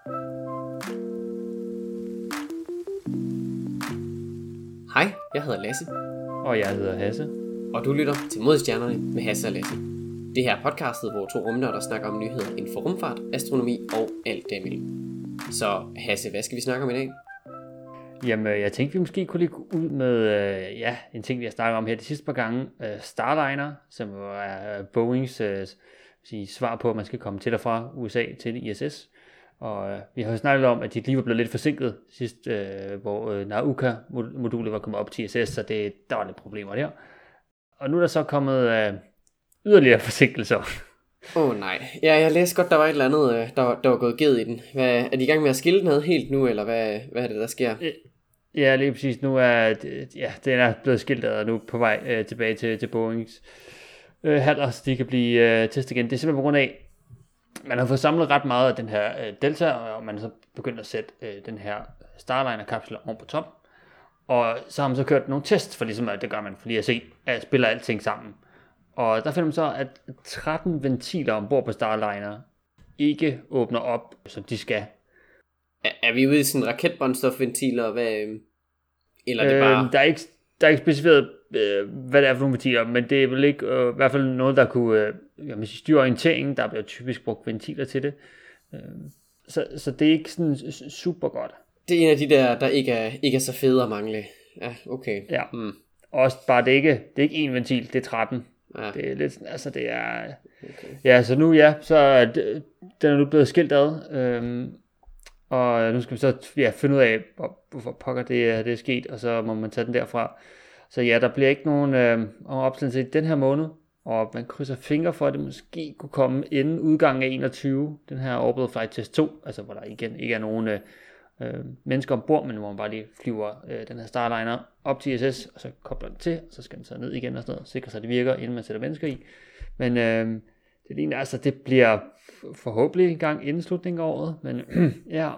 Hej, jeg hedder Lasse. Og jeg hedder Hasse. Og du lytter til Mod Stjernerne med Hasse og Lasse. Det her er podcastet, hvor to rumnørder snakker om nyheder inden for rumfart, astronomi og alt derimellem. Så Hasse, hvad skal vi snakke om i dag? Jamen, jeg tænkte, vi måske kunne lige gå ud med en ting, vi har snakket om her de sidste par gange. Starliner, som er Boeings svar på, at man skal komme til og fra USA til ISS. Og vi har jo snakket om, at de lige var blevet lidt forsinket sidst, hvor Nauka-modulet var kommet op til ISS, så der var lidt problemer der. Og nu er der så kommet yderligere forsinkelser. Nej. Ja, jeg læste godt, der var et eller andet, der var gået ged i den. Er de i gang med at skille den ad helt nu, eller hvad er det, der sker? Ja, lige præcis. Nu er den er blevet skilt ad, og nu på vej tilbage til Boeings haller, så de kan blive testet igen. Det er simpelthen på grund af, man har fået samlet ret meget af den her Delta, og man har så begyndt at sætte den her Starliner-kapsel oven på top. Og så har man så kørt nogle tests, for ligesom det gør man, for lige at se, at spiller alting sammen. Og der finder man så, at 13 ventiler ombord på Starliner ikke åbner op, som de skal. Er vi ude i sådan raketbrændstofventiler, eller er det bare... Der er ikke specificeret, hvad det er for nogle ventiler, men det er vel ikke i hvert fald noget, der kunne styre orienteringen. Der bliver typisk brugt ventiler til det. Så det er ikke sådan super godt. Det er en af de der ikke er så fede at mangle. Ja, okay. Ja. Også bare, det er ikke én ventil, det er 13. Ja. Det er lidt, altså det er... Okay. Ja, så nu den er nu blevet skilt ad. Og nu skal vi så finde ud af, hvorfor pokker det er sket, og så må man tage den derfra. Så ja, der bliver ikke nogen opsendelse i den her måned, og man krydser fingre for, at det måske kunne komme inden udgangen af 21, den her Orbital Flight Test 2, altså hvor der igen ikke er nogen mennesker ombord, men hvor man bare lige flyver den her Starliner op til ISS, og så kobler den til, og så skal den så ned igen og sådan noget, sikre sig, at det virker, inden man sætter mennesker i. Men det ligner altså, det bliver forhåbentlig en gang inden slutningen af året, men ja.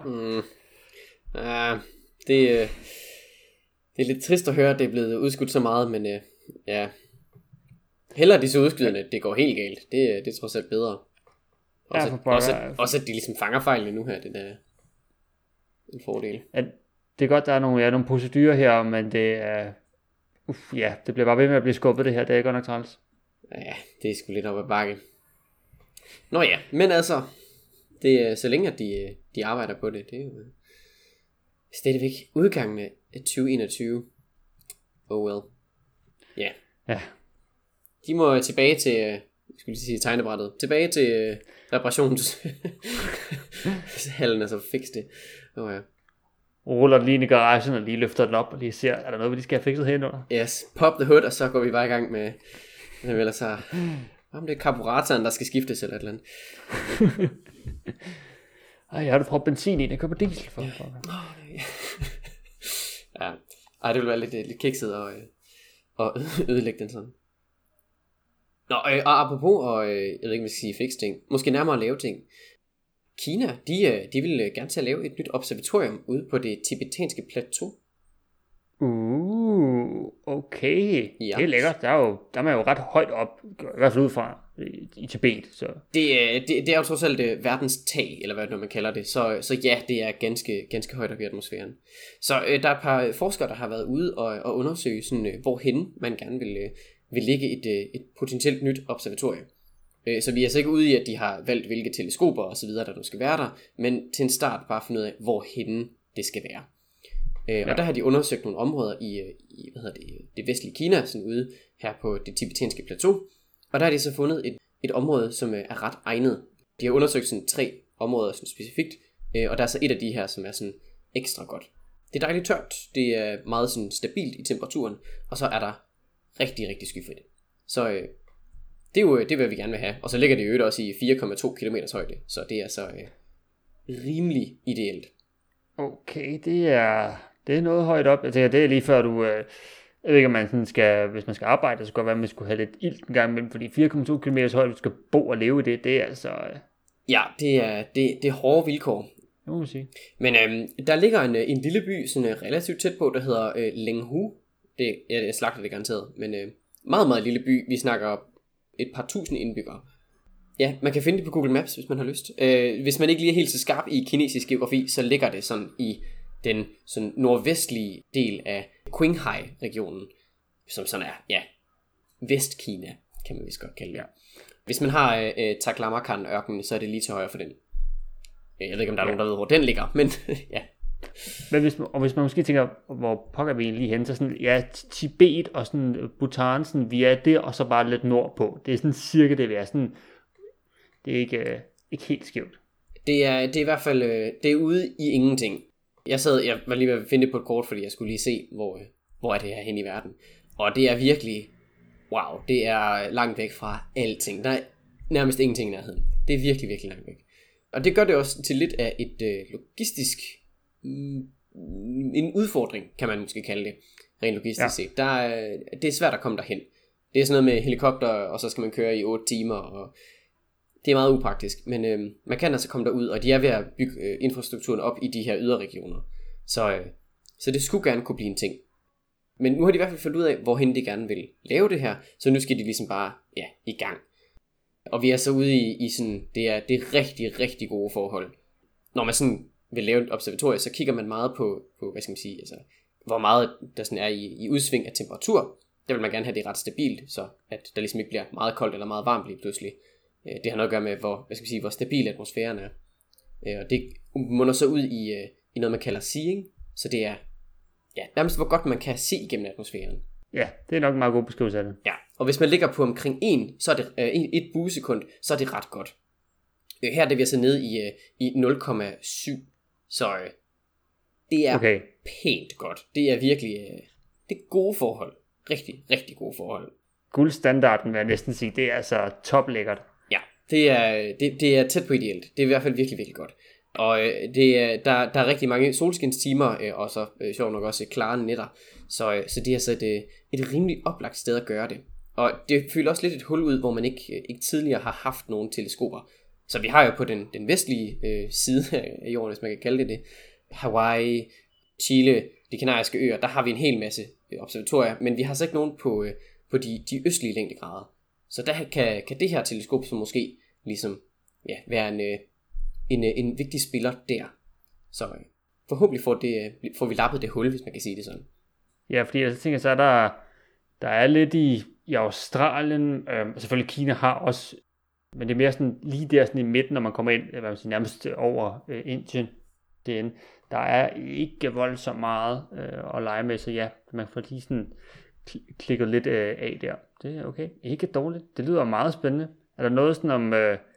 Det er lidt trist at høre, at det er blevet udskudt så meget, men ja. Hellere de så udskydende, det går helt galt. Det er trods alt bedre. Også at de ligesom fanger fejlene nu her, det er en fordel. Ja, det er godt, der er nogle procedurer her, men det er... det bliver bare ved med at blive skubbet det her, det er godt nok træls. Ja, det er sgu lidt op ad bakke. Nå ja, men altså, det er så længe at de arbejder på det, det er jo stadigvæk udgangen af 2021. Oh well. Yeah. Ja. De må tilbage til, jeg skulle lige sige tegnebrættet, tilbage til reparationshallen, altså fikse det. Ja. Ruller den lige ind i garagen og lige løfter den op og lige ser, er der noget, vi skal have fikset herunder? Yes, pop the hood, og så går vi bare i gang med ellers så... Om det er karburatoren, der skal skiftes eller et eller andet. Har du prøvet benzin i? Jeg køber diesel for. Ja. Det vil være lidt kikset og ødelægge den sådan. Nå, og apropos, og jeg ved ikke, om jeg skal sige fikse ting. Måske nærmere lave ting. Kina, de vil gerne til at lave et nyt observatorium ude på det tibetanske plateau. Okay. Ja. Det er lækkert. Der er man jo ret højt op, i hvert fald ud fra i Tibet. Så. Det er jo trods alt verdens tag, eller hvad man kalder det. Så ja, det er ganske højt op i atmosfæren. Så der er et par forskere, der har været ude og undersøge, sådan, hvorhen man gerne vil lægge et potentielt nyt observatorium. Så vi er altså ikke ude i, at de har valgt, hvilke teleskoper og så videre, der nu skal være der, men til en start bare finde ud af, hvorhen det skal være. Og der har de undersøgt nogle områder i det vestlige Kina, sådan ude her på det tibetanske plateau. Og der har de så fundet et område, som er ret egnet. De har undersøgt sådan 3 områder sådan specifikt, og der er så et af de her, som er sådan ekstra godt. Det er dejligt tørt, det er meget sådan stabilt i temperaturen, og så er der rigtig, rigtig skyfrit. Så det er hvad vi gerne vil have. Og så ligger det i øvrigt også i 4,2 km højde, så det er så rimelig ideelt. Okay, det er noget højt op. Jeg tænker, det er lige før du... jeg ved ikke, om man sådan skal... Hvis man skal arbejde, så kan det godt være, at man skulle have lidt ilt en gang imellem, fordi 4,2 km højde, du skal bo og leve i det er altså... Ja, det er hårde vilkår. Det må man sige. Men der ligger en lille by, sådan relativt tæt på, der hedder Lenghu. Jeg slagter det garanteret, men meget, meget lille by. Vi snakker et par tusind indbyggere. Ja, man kan finde det på Google Maps, hvis man har lyst. Hvis man ikke lige er helt så skarp i kinesisk geografi, så ligger det sådan i den sådan nordvestlige del af Qinghai-regionen, som sådan er, ja, Vestkina, kan man vist godt kalde det. Ja. Hvis man har Taklamakan-ørkenen, så er det lige til højre for den. Jeg ved ikke, om der er nogen, der ved, hvor den ligger, men ja. Men hvis man måske tænker, hvor pokker vi lige hen, så sådan, ja, Tibet og sådan Bhutan, sådan, vi er der, og så bare lidt nordpå. Det er sådan cirka det, vi er. Sådan, det er ikke helt skævt. Det er i hvert fald, det er ude i ingenting. Jeg var lige ved at finde det på et kort, fordi jeg skulle lige se, hvor er det her hen i verden. Og det er virkelig, wow, det er langt væk fra alting. Der er nærmest ingenting i nærheden. Det er virkelig, virkelig langt væk. Og det gør det også til lidt af et logistisk, en udfordring, kan man måske kalde det, rent logistisk set. Det er svært at komme derhen. Det er sådan noget med helikopter, og så skal man køre i 8 timer, og det er meget upraktisk. Men man kan altså komme derud, og de er ved at bygge infrastrukturen op i de her yderregioner. Så det skulle gerne kunne blive en ting. Men nu har de i hvert fald fundet ud af, hvorhen de gerne vil lave det her, så nu skal de ligesom bare, ja, i gang. Og vi er så ude i sådan, det er rigtig, rigtig gode forhold. Når man sådan vil lave et observatorie, så kigger man meget på hvad skal man sige, altså, hvor meget der sådan er i udsving af temperatur. Der vil man gerne have det ret stabilt, så at der ligesom ikke bliver meget koldt eller meget varmt lige pludselig. Det har noget at gøre med, hvor stabil atmosfæren er. Og det munder så ud i noget, man kalder seeing. Så det er nærmest hvor godt man kan se igennem atmosfæren. Ja, det er nok en meget god beskrivelse af det. Ja, og hvis man ligger på omkring 1, så er det et buesekund, så er det ret godt. Her er det vi altså nede i 0,7. Så det er pænt godt. Det er virkelig det er gode forhold. Rigtig, rigtig gode forhold. Guldstandarden vil jeg næsten sige, det er altså toplækkert. Ja, det er tæt på ideelt. Det er i hvert fald virkelig, virkelig godt. Og der er rigtig mange solskinstimer, og så sjovt nok også klare nætter. Så det er altså et rimelig oplagt sted at gøre det. Og det fylder også lidt et hul ud, hvor man ikke tidligere har haft nogen teleskoper. Så vi har jo på den vestlige side af jorden, hvis man kan kalde det, Hawaii, Chile, de kanariske øer, der har vi en hel masse observatorier, men vi har så ikke nogen på de østlige længdegrader. Så der kan det her teleskop så måske ligesom være en vigtig spiller der. Så forhåbentlig får vi lappet det hul, hvis man kan sige det sådan. Ja, fordi jeg tænker så, der er lidt i Australien, selvfølgelig Kina har også, men det er mere sådan lige der sådan i midten, når man kommer ind, hvad man siger, nærmest over Indien. Der er ikke voldsomt meget at lege med, så ja, man får lige sådan klikket lidt af der. Det er okay. Ikke dårligt. Det lyder meget spændende. Er der noget sådan om...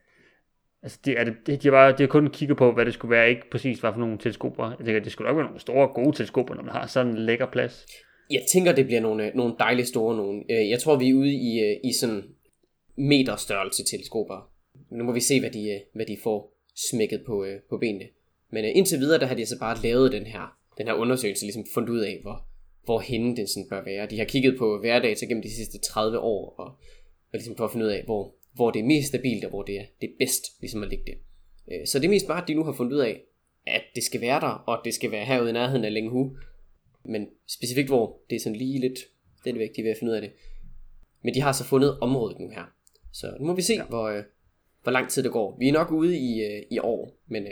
altså de har kun kigget på, hvad det skulle være, ikke præcis hvad for nogle teleskoper. Jeg tænker, det skulle nok være nogle store, gode teleskoper, når man har sådan en lækker plads. Jeg tænker, det bliver nogle dejlige store nogle. Jeg tror, vi er ude i sådan meterstørrelse teleskoper. Nu må vi se, hvad de får smækket på benene. Men indtil videre, der har de altså bare lavet den her undersøgelse, ligesom fundet ud af, hvorhenne den sådan bør være. De har kigget på hverdata gennem de sidste 30 år, og ligesom for at finde ud af, hvor det er mest stabilt, og hvor det er bedst ligesom at ligge det. Så det er mest bare, at de nu har fundet ud af, at det skal være der, og det skal være herude i nærheden af Lenghu. Men specifikt hvor, det er sådan lige lidt, det er det vigtige ved at finde ud af det. Men de har så fundet området nu her. Så nu må vi se, hvor lang tid det går. Vi er nok ude i år, men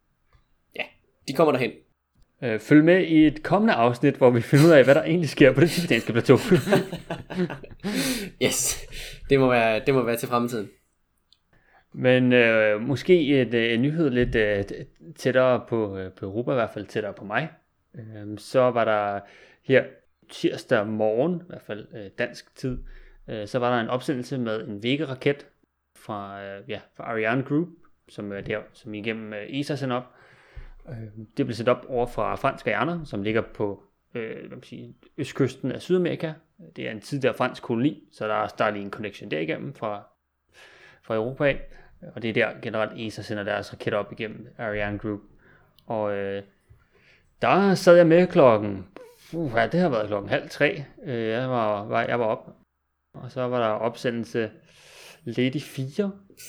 de kommer derhen. Følg med i et kommende afsnit, hvor vi finder ud af, hvad der egentlig sker på det tibetanske plateau. Yes, det må være til fremtiden. Men måske en nyhed lidt tættere på Europa, i hvert fald tættere på mig. Så var der her tirsdag morgen, i hvert fald dansk tid, så var der en opsendelse med en Vega-raket fra Ariane Group, som igennem ESA sendte op. Det blev sat op over fra Fransk Guyana, som ligger på østkysten af Sydamerika. Det er en tidligere fransk koloni, så der er lige en connection derigennem fra Europa af. Og det er der generelt ESA sender deres raketter op igennem Ariane Group. Og der sad jeg med klokken, det har været klokken 2:30. Jeg var op, og så var der opsendelse Lady 4.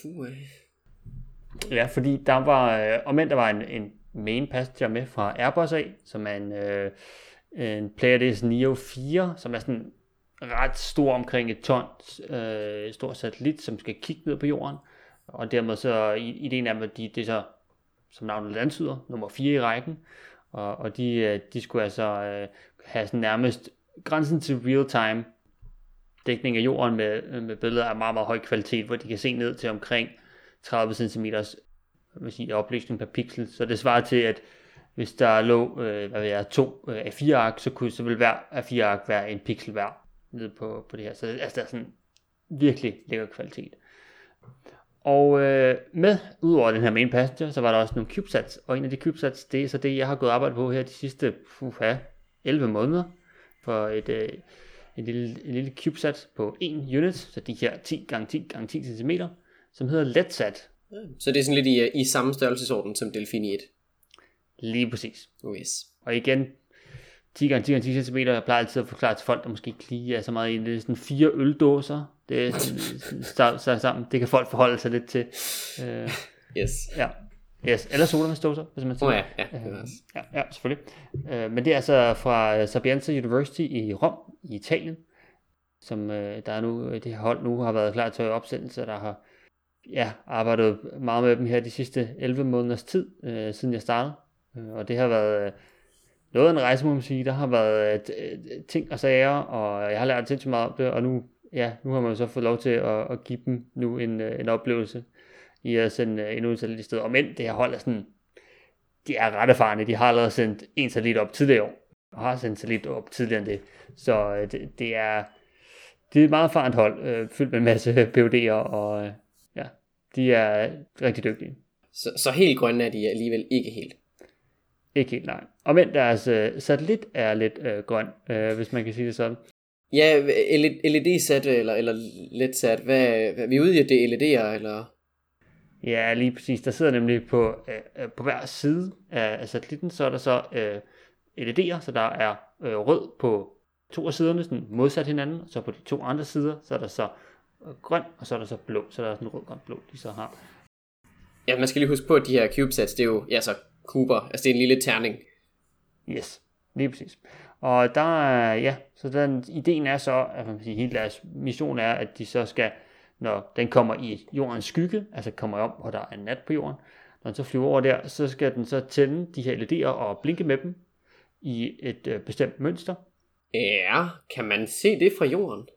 Ja, fordi der var en main passenger med fra Airbus af, som er en Pleiades Neo 4, som er sådan ret stor, omkring et ton, stor satellit, som skal kigge ned på jorden. Og dermed så ideen er, at det er så, som navnet antyder, nummer 4 i rækken. Og de skulle altså have sådan nærmest grænsen til real-time dækning af jorden med billeder af meget, meget høj kvalitet, hvor de kan se ned til omkring 30 cm opløsning per pixel. Så det svarer til, at hvis der lå 2 A4-ark, så vil hver A4-ark være en pixel hver nede på det her. Så altså, der er sådan virkelig lækker kvalitet. Og udover den her main passenger, så var der også nogle CubeSats, og en af de CubeSats, det er så det, jeg har gået arbejde på her de sidste 11 måneder, for en lille CubeSat på 1 unit, så de her 10x10x10 cm, som hedder LEDSat. Så det er sådan lidt i samme størrelsesorden som Delfini 1? Lige præcis. Yes. Og igen, 10x10x10 cm, jeg plejer altid at forklare til folk, der måske ikke lige er så meget i det er sådan 4 øldåser, det er sammen. Det kan folk forholde sig lidt til. Yes. Ja. Yes, eller sodavandsdåser, hvis man siger. Ja, selvfølgelig. Men det er altså fra Sapienza University i Rom, i Italien, som der er nu, det her hold nu har været klar til opsendelse, der har arbejdet meget med dem her de sidste 11 måneders tid, siden jeg startede. Og det har været noget af en rejse, må man sige. Der har været ting og sager, og jeg har lært sindssygt meget om det, og nu har man så fået lov til at give dem nu en oplevelse i at sende endnu en satellit i stedet. Og men det her hold er sådan, de er ret erfarne. De har allerede sendt en satellit op tidligere år, og har sendt satellit op tidligere end det. Så det er et meget erfarent hold, fyldt med en masse PhD'er, og de er rigtig dygtige. Så helt grønne er de alligevel ikke helt? Ikke helt, nej. Og men deres satellit er lidt grøn, hvis man kan sige det sådan. Ja, LED-sat eller LED-sat, hvad vi ude i, det LED'er, eller? Ja, lige præcis. Der sidder nemlig på hver side af satellitten, så er der så LED'er, så der er rød på 2 af siderne, sådan modsat hinanden, og så på de 2 andre sider, så er der så grøn, og så er der så blå, så der er sådan rød, grøn, blå, de så har. Ja, man skal lige huske på, at de her CubeSats, det er jo, så kuber, altså det er en lille terning. Yes, lige præcis. Og der er, så ideen er så, at man kan sige, hele deres mission er, at de så skal, når den kommer i jordens skygge, altså kommer om, hvor der er nat på jorden, når den så flyver over der, så skal den så tænde de her LED'er og blinke med dem i et bestemt mønster. Ja, kan man se det fra jorden?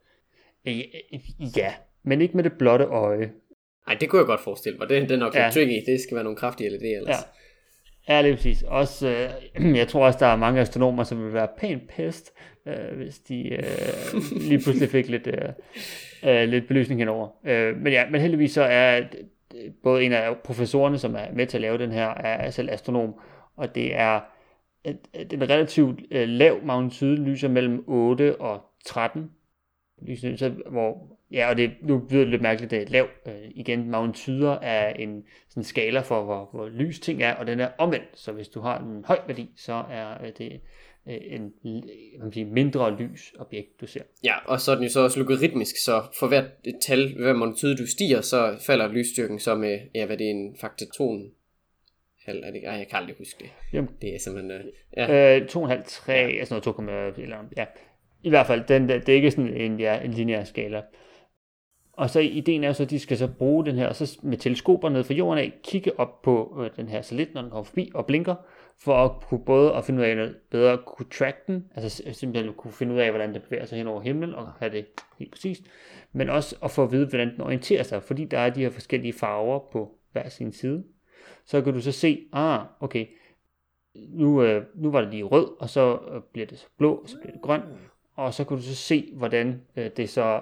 Ja, men ikke med det blotte øje. Nej, det kunne jeg godt forestille mig. Det er nok lidt tricky. Det skal være nogle kraftige LED'er ellers. Ja, lige præcis. Også, jeg tror også, der er mange astronomer, som vil være pænt pest, hvis de lige pludselig fik lidt belysning henover. Men heldigvis så er både en af professorerne, som er med til at lave den her, er selv astronom, og det er den relativt lav magnitude, lyser mellem 8 og 13 lysende, hvor og det nu bliver det lidt mærkeligt, det er lav. Igen, magnituder er en sådan skala for, hvor lys ting er, og den er omvendt. Så hvis du har en høj værdi, så er det en mindre lys objekt, du ser. Ja, og så er den jo så også logaritmisk, så for hvert tal, hver magnitude du stiger, så falder lysstyrken så med, hvad det er, en faktor 2,5, er det? Jeg kan aldrig huske det. Jamen, det er simpelthen 2,5, 3, sådan noget 2,1 eller andet, I hvert fald, det er ikke sådan en lineær skala. Og så ideen er så, at de skal så bruge den her, og så med teleskoper ned fra jorden af, kigge op på den her satellit, når den kommer forbi og blinker, for at kunne både at finde ud af noget bedre, kunne track den, altså simpelthen kunne finde ud af, hvordan den bevæger sig hen over himlen, og have det helt præcist, men også at få at vide, hvordan den orienterer sig, fordi der er de her forskellige farver på hver sin side. Så kan du så se, okay, nu var det lige rød, og så bliver det så blå, og så bliver det grøn, og så kan du så se, hvordan det så,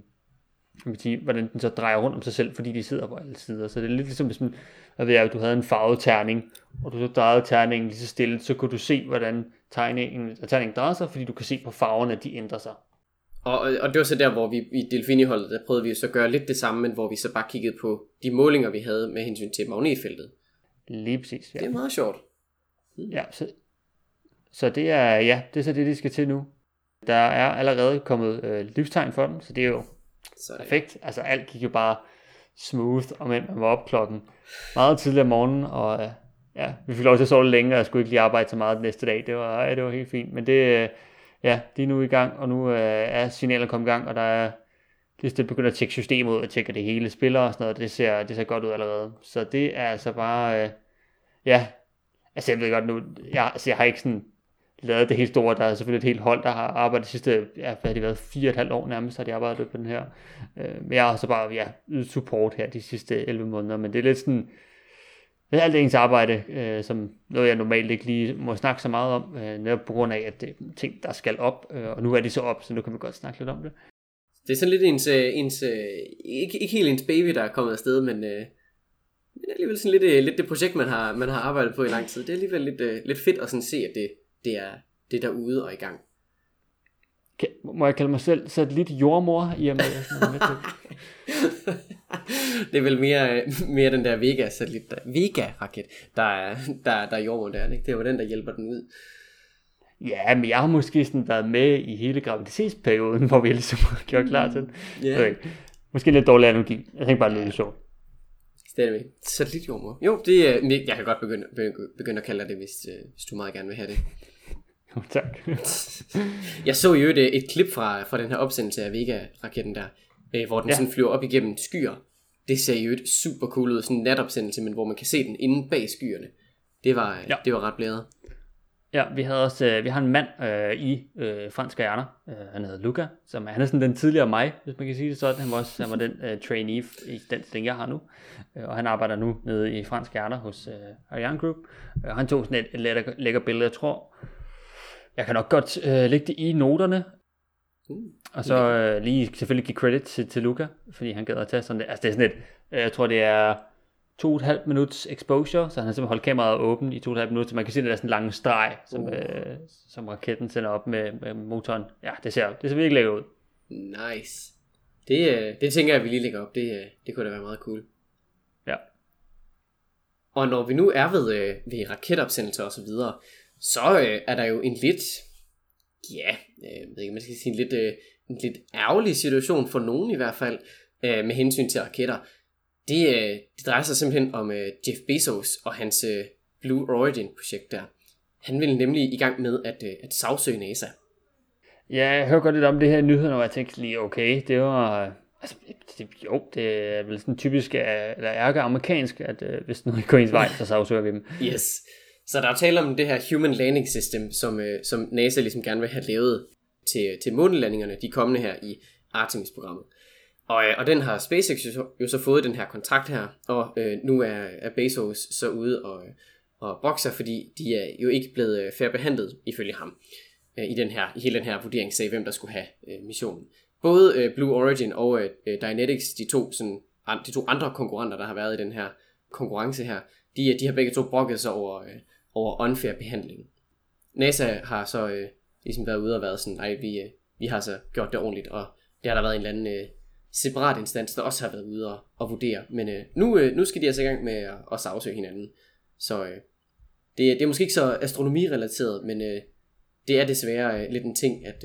hvordan den så drejer rundt om sig selv, fordi de sidder på alle sider. Så det er lidt ligesom, hvis du havde en farvet terning, og du så drejede terningen lige så stille, så kunne du se, hvordan terningen drejer sig, fordi du kan se på farverne, at de ændrer sig. Og det var så der, hvor vi i Delfini-holdet, der prøvede vi så at gøre lidt det samme, men hvor vi så bare kiggede på de målinger, vi havde med hensyn til magnetfeltet. Lige præcis, ja. Det er meget sjovt. Ja, så det er, det er så det, de skal til nu. Der er allerede kommet livstegn for den, så det er jo perfekt. Altså alt gik jo bare smooth, og man var op klokken meget tidligere om morgenen, og vi fik lov til at sove længe, og jeg skulle ikke lige arbejde så meget den næste dag. Det var helt fint, men det, de er nu i gang, og nu er signalet kommet i gang, og der er det begynder at tjekke systemet ud og tjekke det hele spiller og sådan noget. Det ser godt ud allerede. Så det er altså bare, ja, altså jeg ved godt nu, jeg har ikke sådan lavet det helt store. Der er selvfølgelig et helt hold, der har arbejdet de sidste, hvad har det været, 4,5 år nærmest, har de arbejdet på den her. Men jeg har så bare, ydet support her de sidste 11 måneder, men det er lidt sådan, det er alt ens arbejde, som noget jeg normalt ikke lige må snakke så meget om, netop på grund af, at det er ting, der skal op, og nu er de så op, så nu kan vi godt snakke lidt om det. Det er sådan lidt ens ikke helt ens baby, der er kommet afsted, men alligevel sådan lidt det projekt, man har arbejdet på i lang tid. Det er alligevel lidt fedt at sådan se, at det er derude og i gang. Må jeg kalde mig selv satellit-jordmor i og med det er vel mere den der Vega-satellit, Vega-raket, der er jordmor der, ikke? Det var den, der hjælper den ud. Ja, men jeg har måske sådan været med i hele graviditetsperioden, hvor vi ligesom har gjort klar til den. Yeah. Måske lidt dårlig analogi. Jeg tænker bare, det er lidt sjovt. Stadigvæk. Satellitjordmor. Jo, jeg kan godt begynde at kalde dig det, hvis du meget gerne vil have det. Tak. Jeg så jo et klip fra den her opsendelse af Vega-raketten der, hvor den sådan flyver op igennem skyer. Det ser jo et super cool ud, sådan en natopsendelse, men hvor man kan se den inde bag skyerne. Det var ret blæret. Ja, vi har en mand i Fransk Guyana, han hedder Luca, han er sådan den tidligere mig, hvis man kan sige det sådan. Han var den trainee i den stilling, jeg har nu, og han arbejder nu nede i Fransk Guyana hos Ariane Group. Han tog sådan et lækker billede, jeg tror. Jeg kan nok godt lægge det i noterne, og så lige selvfølgelig give credit til Luca, fordi han gad at tage sådan det. Altså det er sådan et, jeg tror det er 2,5 minuts exposure, så han har simpelthen holdt kameraet åbent i 2,5 minutter, så man kan se, at der er sådan en lang streg, som raketten sender op med motoren. Ja, det ser virkelig lækkert ud. Nice. Det tænker jeg, vi lige lægger op. Det kunne da være meget cool. Ja. Og når vi nu er ved raketopsendelser og så videre, så er der jo en lidt, jeg ved ikke, man skal sige en lidt ærgerlig situation for nogen i hvert fald, med hensyn til raketter. Det drejer sig simpelthen om Jeff Bezos og hans Blue Origin projekt der. Han ville nemlig i gang med at sagsøge NASA. Ja, jeg hører godt lidt om det her i nyhederne, og jeg tænkte lige, okay, det var, altså, det er vel sådan typisk, eller ærke-amerikansk, at hvis noget ikke går ens vej, så sagsøger vi dem. Yes. Så der er tale om det her Human Landing System, som NASA ligesom gerne vil have lavet til månelandingerne, de kommende her i Artemis-programmet. Og den har SpaceX jo så fået den her kontrakt her, og nu er Bezos så ude og bokser, fordi de er jo ikke blevet fair behandlet ifølge ham i hele den her vurderingssag, hvem der skulle have missionen. Både Blue Origin og Dynetics, de to andre konkurrenter, der har været i den her konkurrence her, de har begge to brokket sig over unfair behandling. NASA har så ligesom været ude og været sådan, nej, vi har så gjort det ordentligt, og det har der været en eller anden separat instans, der også har været ude og vurdere. Men nu skal de altså i gang med at sagsøge hinanden. Så det er måske ikke så astronomirelateret, men det er desværre lidt en ting, at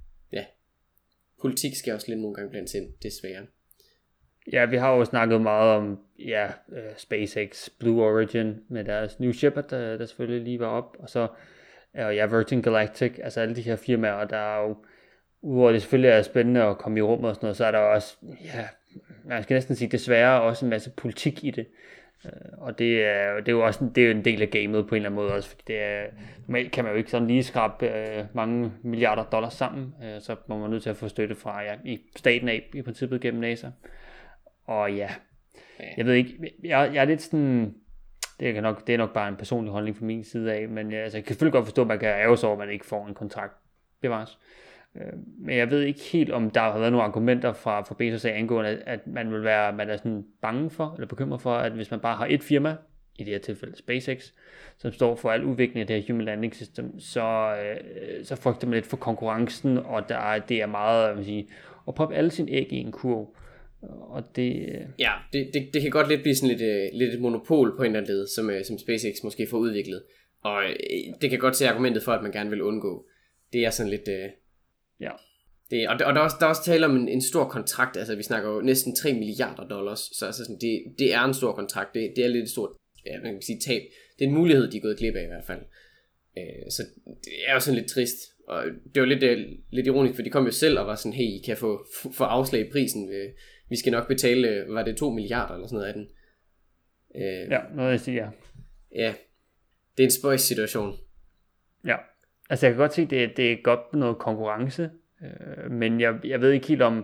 politik skal også lidt nogle gange blandes ind, desværre. Ja, vi har jo snakket meget om SpaceX, Blue Origin med deres New Shepard, der selvfølgelig lige var op, og så Virgin Galactic, altså alle de her firmaer, der er jo, udover det selvfølgelig er spændende at komme i rummet og sådan noget, så er der også, man skal næsten sige desværre også en masse politik i det. Og det er jo også en del af gamet på en eller anden måde også, fordi normalt kan man jo ikke sådan lige skrabe mange milliarder dollars sammen, så må man nødt til at få støtte fra i staten af i princippet gennem NASA. Og jeg ved ikke, jeg er lidt sådan, det er nok bare en personlig holdning fra min side af, men jeg kan selvfølgelig godt forstå, at man kan ærge sig over, at man ikke får en kontrakt bevares. Men jeg ved ikke helt, om der har været nogle argumenter fra Bezos angående, at man er sådan bange for, eller bekymret for, at hvis man bare har et firma, i det her tilfælde SpaceX, som står for al udvikling af det her Human Landing System, så frygter man lidt for konkurrencen, og det er meget, at proppe alle sine æg i en kurv. Og det... Ja, det kan godt lidt blive sådan lidt et monopol på en eller anden led, som SpaceX måske får udviklet. Og det kan godt se argumentet for, at man gerne vil undgå. Det er sådan lidt... Ja. Og der er også tale om en stor kontrakt, altså vi snakker jo næsten 3 milliarder dollars, så altså sådan, det er en stor kontrakt, det er lidt et stort, man kan sige, tab. Det er en mulighed, de er gået glip af i hvert fald. Så det er jo sådan lidt trist, og det var lidt ironisk, for de kom jo selv og var sådan, hey, I kan få afslag i prisen. Vi skal nok betale, var det 2 milliarder eller sådan noget af den. Ja, noget jeg siger. Ja, det er en spøjs situation. Ja, altså jeg kan godt se, det er godt noget konkurrence, men jeg ved ikke helt om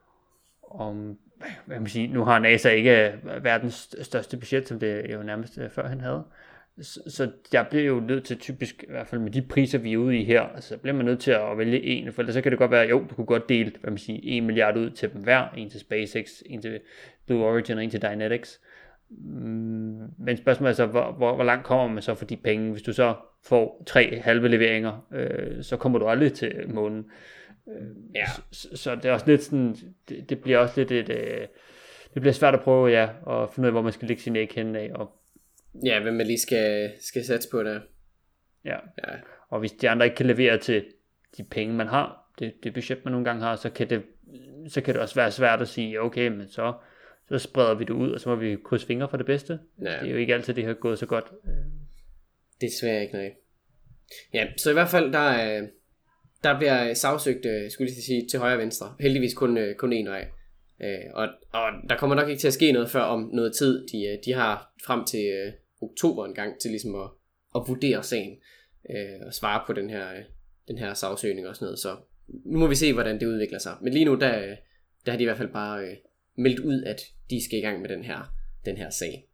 hvad man sige, nu har NASA ikke verdens største budget, som det jo nærmest før han havde. Så jeg bliver jo nødt til typisk, i hvert fald med de priser, vi er ude i her, så bliver man nødt til at vælge en, for ellers så kan det godt være, jo, du kunne godt dele, 1 milliard ud til dem hver, en til SpaceX, en til Blue Origin og en til Dynetics. Men spørgsmålet er så, hvor langt kommer man så for de penge? Hvis du så får 3 halve leveringer, så kommer du aldrig til månen. Ja. Så det er også lidt sådan, det bliver også lidt det bliver svært at prøve, ja, at finde ud af, hvor man skal lægge sin æg henne af, og ja, hvem man lige skal satse på der. Ja. Og hvis de andre ikke kan levere til de penge, man har, det budget, man nogle gange har, så kan det også være svært at sige, okay, men så spreder vi det ud, og så må vi krydse fingre for det bedste. Ja. Det er jo ikke altid, det har gået så godt. Desværre ikke, nej. Ja, så i hvert fald, der bliver sagsøgt, skulle jeg sige, til højre og venstre. Heldigvis kun en vej. Og der kommer nok ikke til at ske noget før om noget tid. De har frem til oktober en gang til ligesom at vurdere sagen og svare på den her sagsøgning og sådan noget. Så nu må vi se, hvordan det udvikler sig. Men lige nu, der har de i hvert fald bare meldt ud, at de skal i gang med den her sag.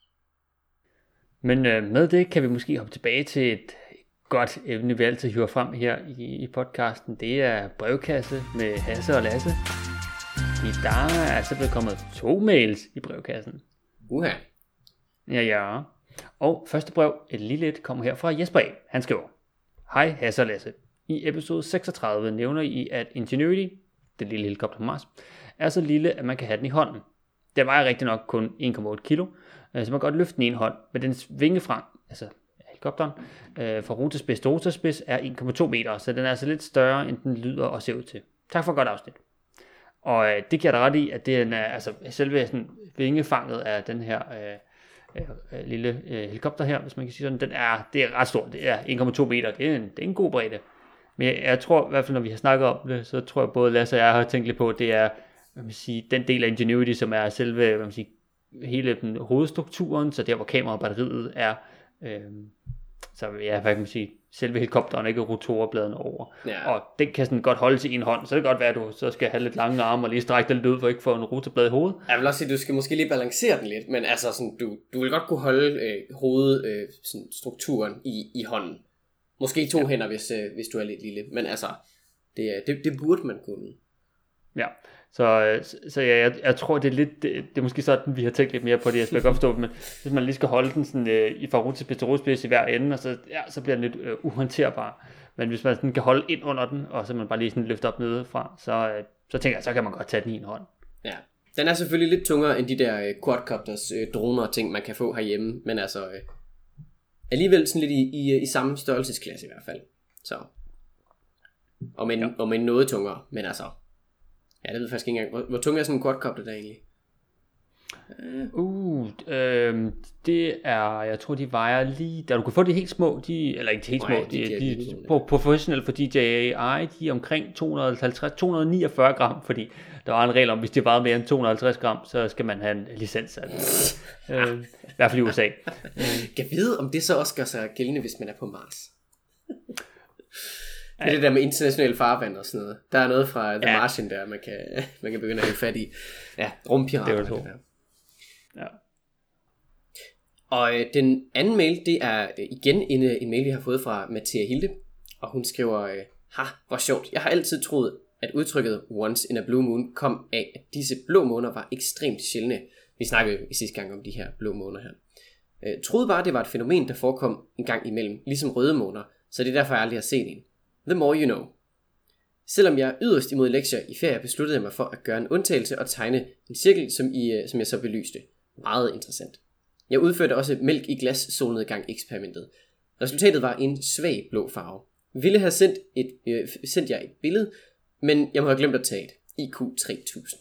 Men med det kan vi måske hoppe tilbage til et godt emne, vi altid hiver frem her i podcasten. Det er brevkasse med Hasse og Lasse. Der er altså blevet kommet 2 mails i brevkassen. Ja. Og første brev, et lille et, kommer her fra Jesper A. Han skriver: Hej Hasse og Lasse. I episode 36 nævner I, at Ingenuity, det lille helikopter på Mars, er så lille, at man kan have den i hånden. Den vejer rigtig nok kun 1,8 kilo, så man kan godt løfte den i en hånd, men dens vingefrang, altså helikopteren, fra rotespids til rotespids er 1,2 meter, så den er altså lidt større, end den lyder og ser ud til. Tak for et godt afsnit. Og det giver dig ret i, at det er, altså selve sådan, vingefanget af den her lille helikopter her, hvis man kan sige sådan, det er ret stort. Det er 1,2 meter, det er en god bredde. Men jeg tror i hvert fald, når vi har snakket om det, så tror jeg både Lasse og jeg har tænkt lidt på, at det er den del af Ingenuity, som er selve hele den hovedstrukturen, så der hvor kamera og batteriet er, så ja, hvad kan man sige, selve helikopteren, ikke rotorbladene over. Ja. Og den kan sådan godt holde til en hånd, så det kan godt være, at du så skal have lidt lange arme og lige strække den lidt ud, for ikke få en rotorblad i hovedet. Jeg vil også sige, at du skal måske lige balancere den lidt, men altså sådan, du vil godt kunne holde hovedstrukturen i hånden. Måske 2 hænder, hvis du er lidt lille, men altså, det burde man kunne. Ja, så jeg tror, det er lidt, det er måske sådan, vi har tænkt lidt mere på det, jeg skal godt forstå, men hvis man lige skal holde den sådan, fra rotespids til rotespids i hver ende, og så bliver den lidt uhåndterbar. Men hvis man sådan kan holde ind under den, og så man bare lige sådan løfter op nedefra, så tænker jeg, så kan man godt tage den i en hånd. Ja, den er selvfølgelig lidt tungere end de der quadcopters, droner og ting, man kan få herhjemme, men altså alligevel sådan lidt i samme størrelsesklasse i hvert fald. Så om en noget tungere, men altså, ja, det ved jeg faktisk ikke engang. Hvor tung er sådan en quadcopter der egentlig? Det er, jeg tror de vejer lige, da du kan få de helt små, eller ikke helt små, de professionelle for DJI, de er omkring 249 gram, fordi der var en regel om, hvis de vejede mere end 250 gram, så skal man have en licens af den. I hvert fald i USA. Kan vide, om det så også gør sig gældende, hvis man er på Mars? Det er det der med internationale farvand og sådan noget. Der er noget fra The Martian der, man kan begynde at have fat i. Ja, rumpirater. Det var det. Ja. Og den anden mail, det er igen en mail, vi har fået fra Mathia Hilde. Og hun skriver, hvor sjovt. Jeg har altid troet, at udtrykket once in a blue moon kom af, at disse blå måner var ekstremt sjældne. Vi snakkede i sidste gang om de her blå måner her. Troede bare, det var et fænomen, der forekom en gang imellem, ligesom røde måner. Så det er derfor, jeg aldrig har set en. The more you know. Selvom jeg er yderst imod lektier i ferie, besluttede jeg mig for at gøre en undtagelse og tegne en cirkel, som jeg så belyste. Meget interessant. Jeg udførte også mælk i glas solnedgang eksperimentet. Resultatet var en svag blå farve. Ville have sendt jer et billede, men jeg må have glemt at tage et. IQ 3000.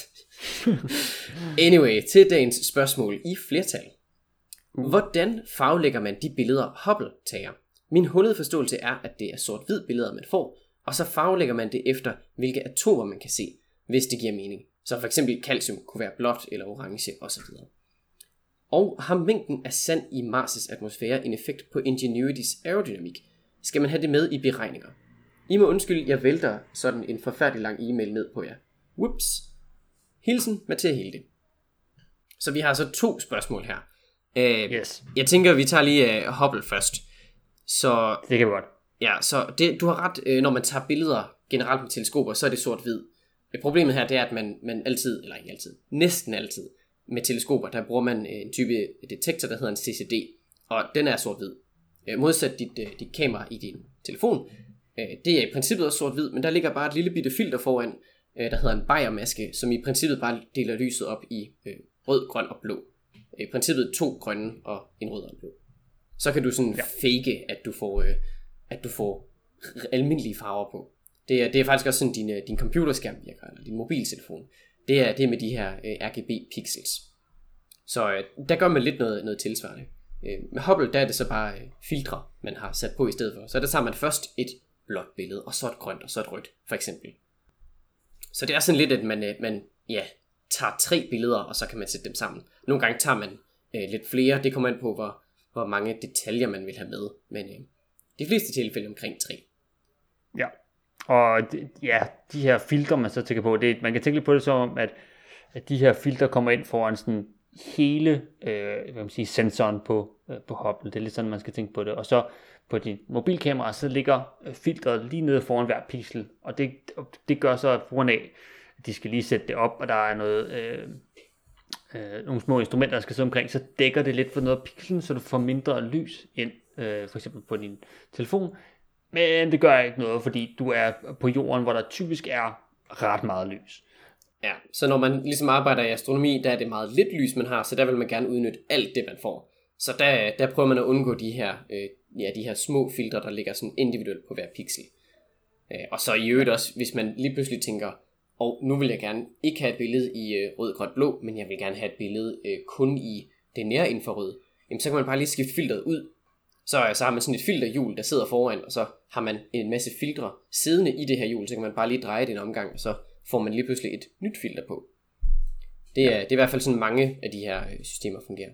Anyway, til dagens spørgsmål i flertal. Hvordan farvelægger man de billeder Hubble tager? Min hullede forståelse er, at det er sort-hvid billeder, man får, og så farvelægger man det efter, hvilke atomer man kan se, hvis det giver mening. Så for eksempel calcium kunne være blåt eller orange osv. Og har mængden af sand i Mars' atmosfære en effekt på Ingenuitys aerodynamik? Skal man have det med i beregninger? I må undskylde, jeg vælter sådan en forfærdelig lang e-mail ned på jer. Whoops. Hilsen, Mathia Hilde. Så vi har altså 2 spørgsmål her. Yes. Jeg tænker, vi tager lige Hubble først. Så, det kan vi godt. Ja, så du har ret, når man tager billeder generelt med teleskoper, så er det sort-hvid. Problemet her, det er, at man altid, eller ikke altid, næsten altid, med teleskoper, der bruger man en type detektor, der hedder en CCD, og den er sort-hvid. Modsat dit kamera i din telefon, det er i princippet også sort-hvid, men der ligger bare et lille bitte filter foran, der hedder en Bayer-maske, som i princippet bare deler lyset op i rød, grøn og blå. I princippet 2 grønne og en rød og en blå. Så kan du sådan fake, at du får almindelige farver på. Det er faktisk også sådan, din computerskærm virker, eller din mobiltelefon. Det er med de her RGB pixels. Så der gør man lidt noget tilsvarende. Med Hubble, der er det så bare filtre, man har sat på i stedet for. Så der tager man først et blåt billede, og så et grønt, og så et rødt, for eksempel. Så det er sådan lidt, at man tager 3 billeder, og så kan man sætte dem sammen. Nogle gange tager man lidt flere. Det kommer an på, hvor mange detaljer man vil have med. Men de fleste tilfælde omkring 3. Ja, og de her filtre, man så tænker på, man kan tænke lidt på det som om, at de her filtre kommer ind foran sådan hele sensoren på Hubble. Det er lidt sådan, man skal tænke på det. Og så på din mobilkamera, så ligger filtret lige nede foran hver pixel. Og det gør så, at på grund af, at de skal lige sætte det op, og der er nogle små instrumenter, der skal sidde omkring, så dækker det lidt for noget af pixelen, så du får mindre lys ind, for eksempel på din telefon. Men det gør ikke noget, fordi du er på jorden, hvor der typisk er ret meget lys. Ja, så når man ligesom arbejder i astronomi, der er det meget lidt lys, man har, så der vil man gerne udnytte alt det, man får. Så der prøver man at undgå de her små filtre, der ligger sådan individuelt på hver pixel. Og så i øvrigt også, hvis man lige pludselig tænker, nu vil jeg gerne ikke have et billede i rød, grøn, blå, men jeg vil gerne have et billede kun i det nære infrarøde, jamen så kan man bare lige skifte filteret ud. Så har man sådan et filterhjul, der sidder foran, og så har man en masse filtre siddende i det her hjul, så kan man bare lige dreje det en omgang, og så får man lige pludselig et nyt filter på. Det er i hvert fald sådan mange af de her systemer fungerer.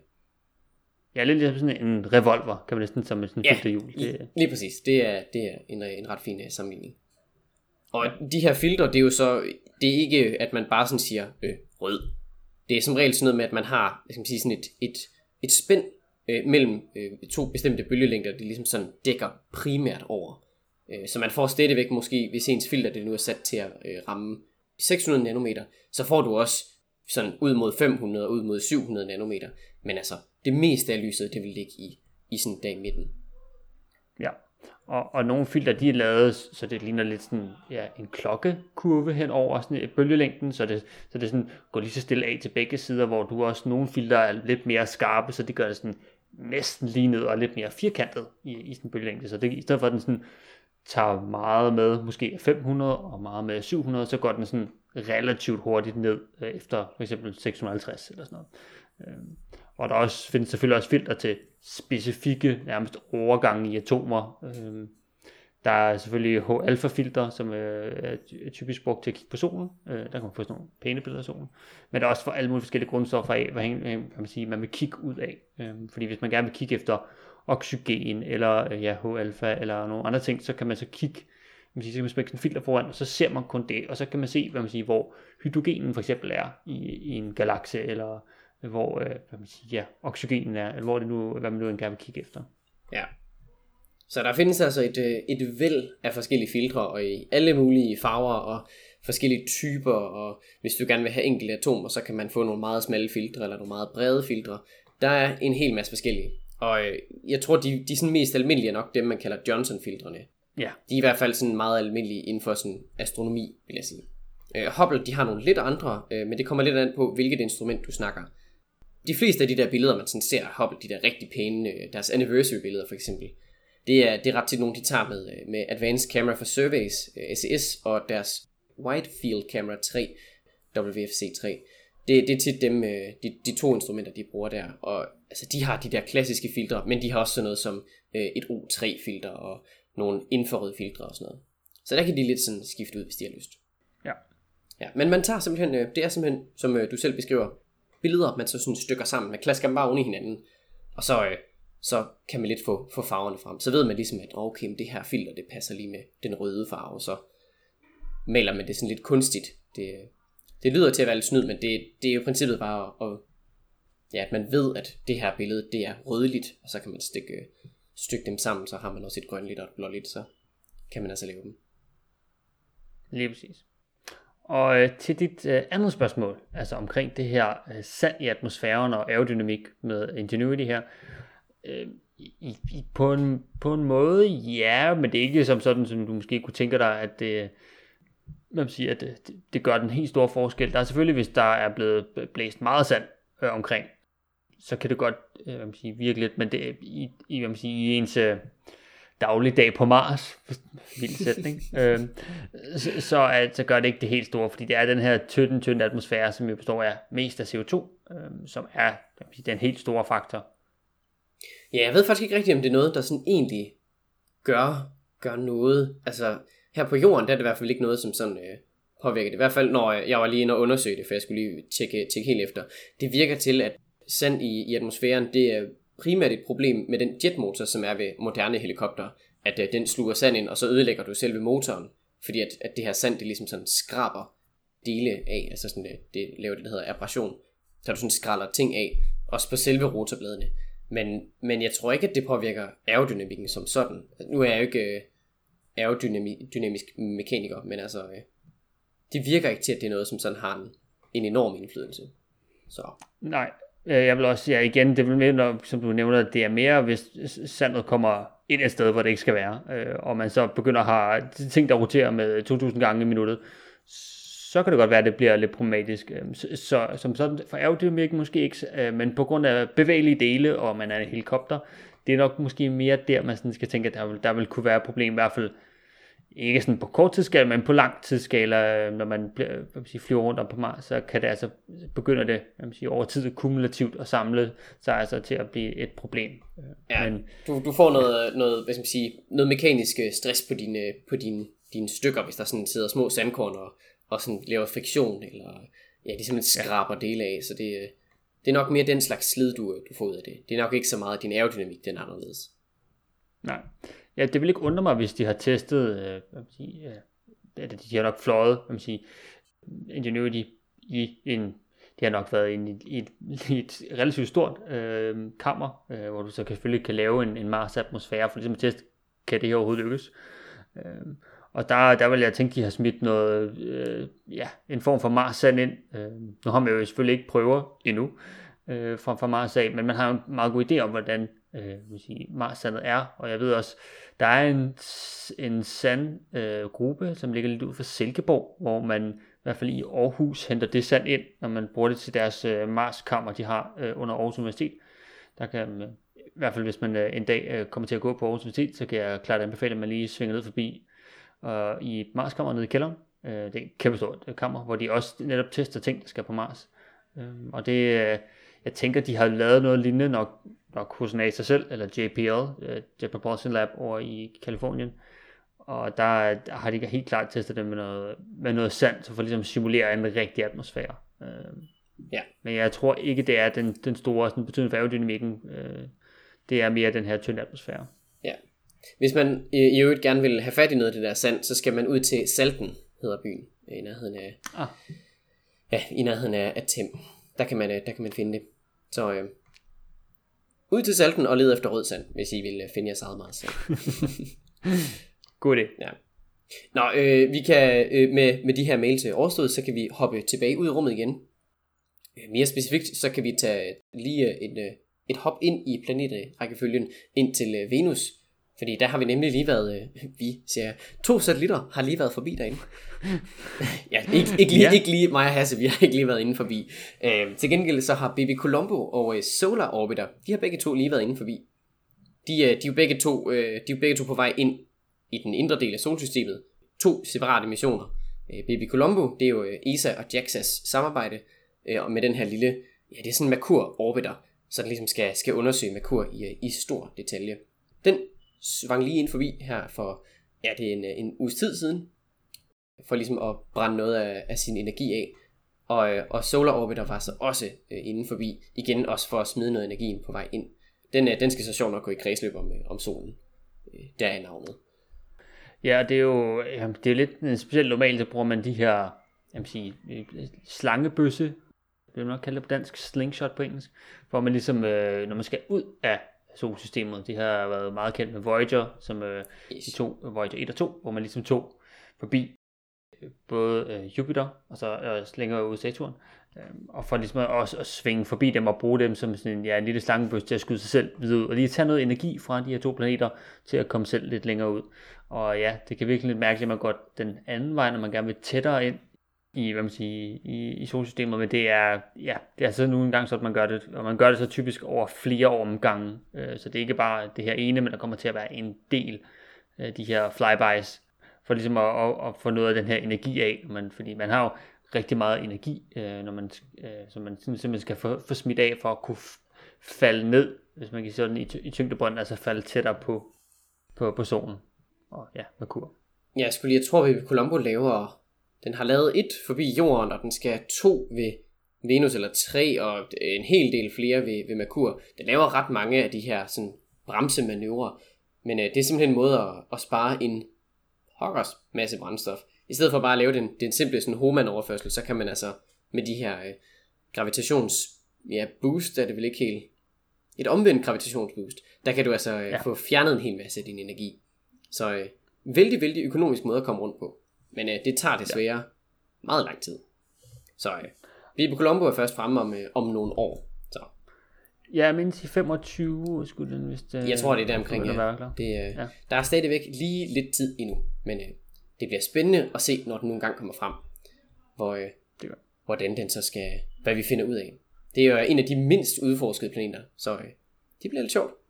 Ja, lidt ligesom sådan en revolver, kan man næsten som sådan et filterhjul. Lige præcis. Det er en ret fin sammenligning. Og de her filtre, det er jo så, det er ikke, at man bare sådan siger rød. Det er som regel sådan noget med, at man har, jeg skal sige, sådan et spænd mellem 2 bestemte bølgelængder, det ligesom sådan dækker primært over. Så man får stadigvæk måske, hvis ens filter det nu er sat til at ramme 600 nanometer, så får du også sådan ud mod 500 og ud mod 700 nanometer. Men altså, det meste af lyset, det vil ligge i sådan der i midten. Ja, og nogle filter, de er lavet, så det ligner lidt sådan, en klokkekurve hen over sådan bølgelængden, så det sådan går lige så stille af til begge sider, hvor du også nogle filter er lidt mere skarpe, så det gør det sådan næsten lige ned og lidt mere firkantet i sådan en bølgelængde. Så det, i stedet for at den sådan tager meget med, måske 500 og meget med 700, så går den sådan relativt hurtigt ned efter for eksempel 650 eller sådan noget. Og der findes selvfølgelig også filter til specifikke nærmest overgange i atomer. Der er selvfølgelig H-alfa-filter, som er typisk brugt til at kigge på solen. Der kan man få sådan nogle pæne billeder af solen. Men der er også for alle mulige forskellige grundstoffer af, hvad man vil kigge ud af. Fordi hvis man gerne vil kigge efter oxygen, eller H-alfa, eller nogle andre ting, så kan man så kigge, så kan man smække en filter foran, og så ser man kun det, og så kan man se, hvor hydrogenen for eksempel er i en galakse, eller hvor oxygenen er, eller hvad man nu gerne vil kigge efter. Ja. Så der findes altså et væld af forskellige filtre, og i alle mulige farver og forskellige typer, og hvis du gerne vil have enkelte atomer, så kan man få nogle meget smalle filtre, eller nogle meget brede filtre. Der er en hel masse forskellige. Og jeg tror, de sådan mest almindelige er nok dem, man kalder Johnson-filtrene. Ja. De er i hvert fald sådan meget almindelige inden for sådan astronomi, vil jeg sige. Hubble, de har nogle lidt andre, men det kommer lidt an på, hvilket instrument du snakker. De fleste af de der billeder, man sådan ser af Hubble, de der rigtig pæne, deres anniversary-billeder for eksempel, det er ret tit nogle, de tager med Advanced Camera for Surveys, SES, og deres Wide Field Camera 3, WFC3. Det er tit dem, de 2 instrumenter, de bruger der. Og altså de har de der klassiske filtre, men de har også sådan noget som et O3-filter og nogle infrarøde filtre og sådan noget. Så der kan de lidt sådan skifte ud, hvis de har lyst. Ja, men man tager simpelthen, det er simpelthen, som du selv beskriver, billeder, man så sådan stykker sammen, man klasker dem bare oven i hinanden, og så kan man lidt få farverne frem. Så ved man ligesom, at okay, det her filter, det passer lige med den røde farve, så maler man det sådan lidt kunstigt. Det lyder til at være lidt snyd, men det er jo i princippet bare, at man ved, at det her billede, det er rødligt, og så kan man stykke dem sammen, så har man også et grønligt og et blåligt, så kan man altså lave dem. Lige præcis. Og til dit andet spørgsmål, altså omkring det her sand i atmosfæren og aerodynamik med Ingenuity her, på en måde, ja, men det er ikke som sådan, som du måske kunne tænke dig, at det gør den helt store forskel. Der er selvfølgelig, hvis der er blevet blæst meget sand omkring, så kan det godt virke lidt, men det i ens dagligdag på Mars, vild sætning, så gør det ikke det helt store, fordi det er den her tynde atmosfære, som jo består af mest af CO2, som er den helt store faktor. Ja, jeg ved faktisk ikke rigtigt, om det er noget, der sådan egentlig gør noget. Altså, her på jorden, der er det i hvert fald ikke noget, som sådan påvirker det. I hvert fald, når jeg var lige inde og undersøge det, for jeg skulle lige tjekke helt efter. Det virker til, at sand i atmosfæren, det er primært et problem med den jetmotor, som er ved moderne helikopter, at den sluger sand ind, og så ødelægger du selve motoren, fordi at det her sand, det ligesom sådan skraber dele af, altså sådan det laver det, der hedder abrasion, så du sådan skralder ting af, også på selve rotorbladene. Men jeg tror ikke, at det påvirker aerodynamikken som sådan. Nu er jeg jo ikke aerodynamisk mekaniker, men altså, det virker ikke til, at det er noget, som sådan har en enorm indflydelse. Så. Nej, jeg vil også sige igen, det vil mere, som du nævner, det er mere, hvis sandet kommer ind et sted, hvor det ikke skal være, og man så begynder at have ting, der roterer med 2000 gange i minuttet, så kan det godt være, at det bliver lidt problematisk. Så som sådan, for aerodynamikken måske ikke, men på grund af bevægelige dele, og man er en helikopter, det er nok måske mere der, man sådan skal tænke, at der vil kunne være et problem, i hvert fald ikke sådan på kort tidsskala, men på lang tidsskala, når man flyver rundt om på Mars, så kan det altså begynde det over tid kumulativt at samle sig altså til at blive et problem. Ja, men du får noget, hvad skal man sige, noget mekanisk stress på dine stykker, hvis der sådan sidder små sandkorn og sådan laver friktion, eller ja, de simpelthen skraber dele af, så det er nok mere den slags slid, du får ud af det. Det er nok ikke så meget din aerodynamik, den er anderledes. Nej. Ja, det vil ikke undre mig, hvis de har testet, de har nok fløjet, Ingenuity det har nok været i et relativt stort kammer, hvor du så selvfølgelig kan lave en Mars-atmosfære, for ligesom at teste, kan det her overhovedet lykkes. Og der vil jeg tænke, de har smidt noget, en form for Mars-sand ind. Nu har man jo selvfølgelig ikke prøver endnu fra Mars af, men man har en meget god idé om, hvordan Mars-sandet er. Og jeg ved også, der er en sandgruppe, som ligger lidt ud for Silkeborg, hvor man i hvert fald i Aarhus henter det sand ind, når man bruger det til deres Mars-kammer, de har under Aarhus Universitet. Der kan i hvert fald, hvis man en dag kommer til at gå på Aarhus Universitet, så kan jeg klart anbefale, at man lige svinger ned forbi i Mars-kammer nede i kælderen. Det er et kæmpe stort kammer, hvor de også netop tester ting, der skal på Mars. Og det, jeg tænker, de har lavet noget lignende nok hos NASA selv, eller JPL, Jet Propulsion Lab over i Kalifornien. Og der har de helt klart testet det med noget sand, så for ligesom at simulere en rigtig atmosfære. Men jeg tror ikke, det er den store sådan, betydning for aerodynamikken. Det er mere den her tynde atmosfære. Ja. Hvis man i øvrigt gerne vil have fat i noget af det der sand, så skal man ud til Salten, hedder byen, i nærheden af Them. Der kan man finde det. Så ud til Salten og lede efter rød sand, hvis I vil finde jeres eget Mars sand. God idé. Ja. Nå, vi kan med de her mails overstået, så kan vi hoppe tilbage ud i rummet igen. Mere specifikt, så kan vi tage lige et hop ind i planetrækkefølgen ind til Venus. Fordi der har vi nemlig lige været, 2 satellitter har lige været forbi derinde. Ja, ikke lige mig og Hasse, vi har ikke lige været inde forbi. Til gengæld så har Baby Colombo og Solar Orbiter, de har begge to lige været inde forbi. De er jo begge to på vej ind i den indre del af solsystemet. 2 separate missioner. Baby Colombo, det er jo ESA og JAXA's samarbejde, og med den her lille, det er sådan en Merkur Orbiter, så den ligesom skal undersøge Merkur i stor detalje. Den svang lige ind forbi her for, det er en uges tid siden, for ligesom at brænde noget af sin energi af. Og Solar Orbiter var så også inden forbi, igen også for at smide noget energi på vej ind. Den skal så sjovt nok gå i kredsløb om solen. Der er navnet. Ja, det er jo lidt specielt normalt, så bruger man de her slangebøsse, det vil man nok kalde det på dansk, slingshot på engelsk, hvor man ligesom, når man skal ud af solsystemet, det har været meget kendt med Voyager, som de to, Voyager 1 og 2, hvor man ligesom tog forbi både Jupiter og så længere ud Saturn, og for ligesom også at svinge forbi dem og bruge dem som sådan en lille slangebøs til at skyde sig selv videre ud, og lige tage noget energi fra de her to planeter til at komme selv lidt længere ud. Og ja, det kan virkelig lidt mærkeligt, at man går den anden vej, når man gerne vil tættere ind i solsystemet, men det er så nu engang sådan, at man gør det, og man gør det så typisk over flere år om gangen, så det er ikke bare det her ene, men der kommer til at være en del af de her flybys, for ligesom at få noget af den her energi af, fordi man har jo rigtig meget energi, som man simpelthen skal få smidt af, for at kunne falde ned, hvis man kan sige sådan, i tyngdebrønden, altså falde tættere på solen, og Merkur. Ja, jeg tror, at Colombo laver, den har lavet 1 forbi jorden, og den skal 2 ved Venus, eller 3, og en hel del flere ved Merkur. Den laver ret mange af de her sådan bremsemanøvrer, men det er simpelthen en måde at spare en hokkers masse brændstof. I stedet for bare at lave den simple sådan Hohmann-overførsel, så kan man altså med de her boost, er det vel ikke helt, et omvendt gravitationsboost, der kan du altså få fjernet en hel masse af din energi. Så vældig, vældig økonomisk måde at komme rundt på. Men det tager desværre meget lang tid. Så vi på Colombo er først fremme om nogle år. Så. Ja, mindst i 25 skulle den vist... Jeg tror, det er der omkring. Der er stadigvæk lige lidt tid endnu. Men det bliver spændende at se, når den nogle gang kommer frem. Hvordan den så skal... Hvad vi finder ud af. Det er jo en af de mindst udforskede planeter. Så det bliver lidt sjovt.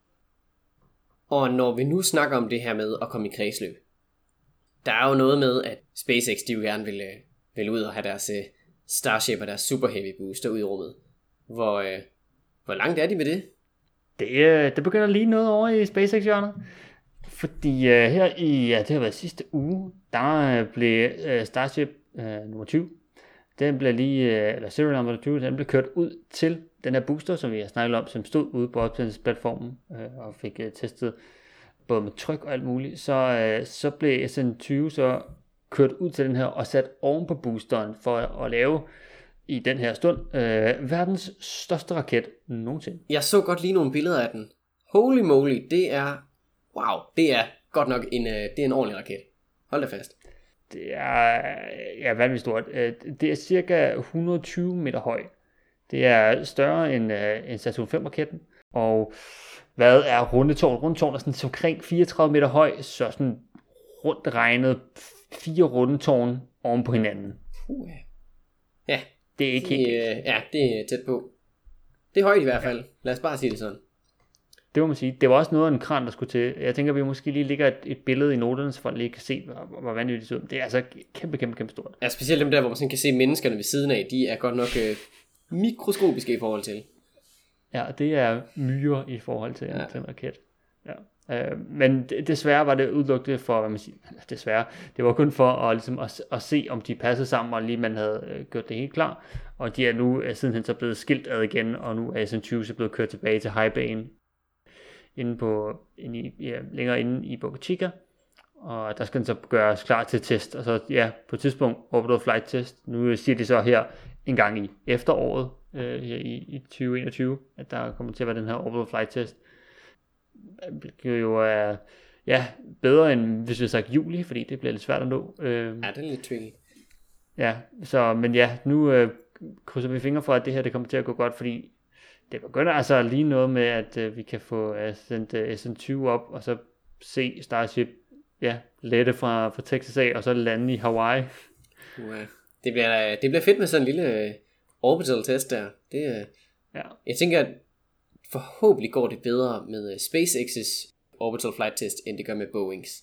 Og når vi nu snakker om det her med at komme i kredsløb, der er jo noget med, at SpaceX, de jo gerne vil ud og have deres Starship og deres Super Heavy booster ud i rummet. Hvor langt er de med det? Det begynder lige noget over i SpaceX-hjørnet. Fordi her det har været sidste uge, der blev Starship nummer 20, den blev eller serial nummer 20, den blev kørt ud til den her booster, som vi har snakket om, som stod ude på opsendelsesplatformen og fik testet både med tryk og alt muligt. Så blev SN20 så kørt ud til den her og sat oven på boosteren for at lave i den her stund verdens største raket nogensinde. Jeg så godt lige nogle billeder af den. Holy moly, det er godt nok en ordentlig raket. Hold da fast. Det er vanvittigt stort. Det er cirka 120 meter høj. Det er større end Saturn 5 raketten. Og hvad er rundetårn? Rundetårn er sådan omkring 34 meter høj, så sådan rundt regnet 4 rundetårn oven på hinanden. Ja. Det er ikke helt. Det er tæt på. Det er højt i hvert fald. Lad os bare sige det sådan. Det må man sige. Det var også noget af en kran, der skulle til. Jeg tænker, vi måske lige lægger et billede i noterne, så folk lige kan se, hvor vanvittigt det ser ud. Det er altså kæmpe stort. Ja, specielt dem der, hvor man sådan kan se menneskerne ved siden af, de er godt nok mikroskopiske i forhold til. Ja, det er myrer i forhold til en raket. Ja. Men desværre var det udelukket for, hvad man siger, desværre, det var kun for at se, om de passede sammen, og lige man havde gjort det helt klar. Og de er nu sidenhen så blevet skilt ad igen, og nu er SN20 så blevet kørt tilbage til high bane længere inde i Boca Chica, og der skal den så gøres klar til test, og så på et tidspunkt orbital flight test. Nu siger de så her en gang i efteråret i 2021, at der kommer til at være den her orbital flight test. Det jo er bedre end hvis vi har sagt juli, fordi det bliver lidt svært at nå. Det er lidt tricky. Ja, så men nu krydser vi fingre for, at det her det kommer til at gå godt, fordi det begynder altså lige noget med, at vi kan få sendt SN20 op, og så se Starship lette fra Texas af, og så lande i Hawaii. Det bliver fedt med sådan en lille orbital test der. Jeg tænker, at forhåbentlig går det bedre med SpaceX's orbital flight test, end det gør med Boeings.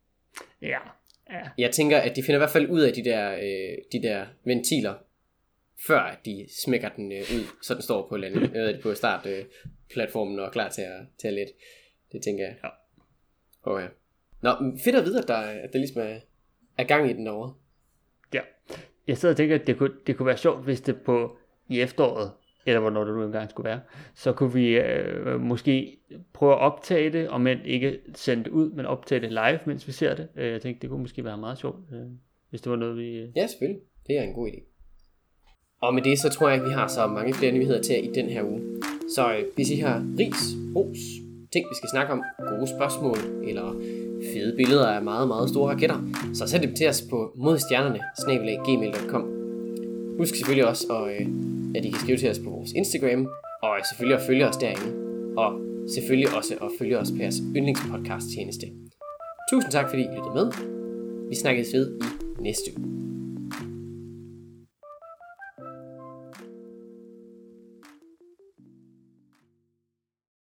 Ja. Jeg tænker, at de finder i hvert fald ud af de der ventiler. før at de smækker den ud, så den står på startplatformen og er klar til at lette. Det tænker jeg. Ja. Okay. Nå, fedt at vide, at der ligesom er gang i den over. Ja. Jeg sidder og tænker, at det kunne være sjovt, hvis det i efteråret, eller hvornår det nu engang skulle være, så kunne vi måske prøve at optage det, og ikke sende det ud, men optage det live, mens vi ser det. Jeg tænkte, det kunne måske være meget sjovt, hvis det var noget, vi... Ja, selvfølgelig. Det er en god idé. Og med det, så tror jeg ikke, vi har så mange flere nyheder til i den her uge. Så hvis I har ris, ros, ting vi skal snakke om, gode spørgsmål, eller fede billeder af meget, meget store raketter, så send dem til os på modstjernerne@gmail.com. Husk selvfølgelig også, at I kan skrive til os på vores Instagram, og selvfølgelig at følge os derinde, og selvfølgelig også at følge os på jeres yndlingspodcast tjeneste. Tusind tak, fordi I lyttede med. Vi snakkes ved i næste uge.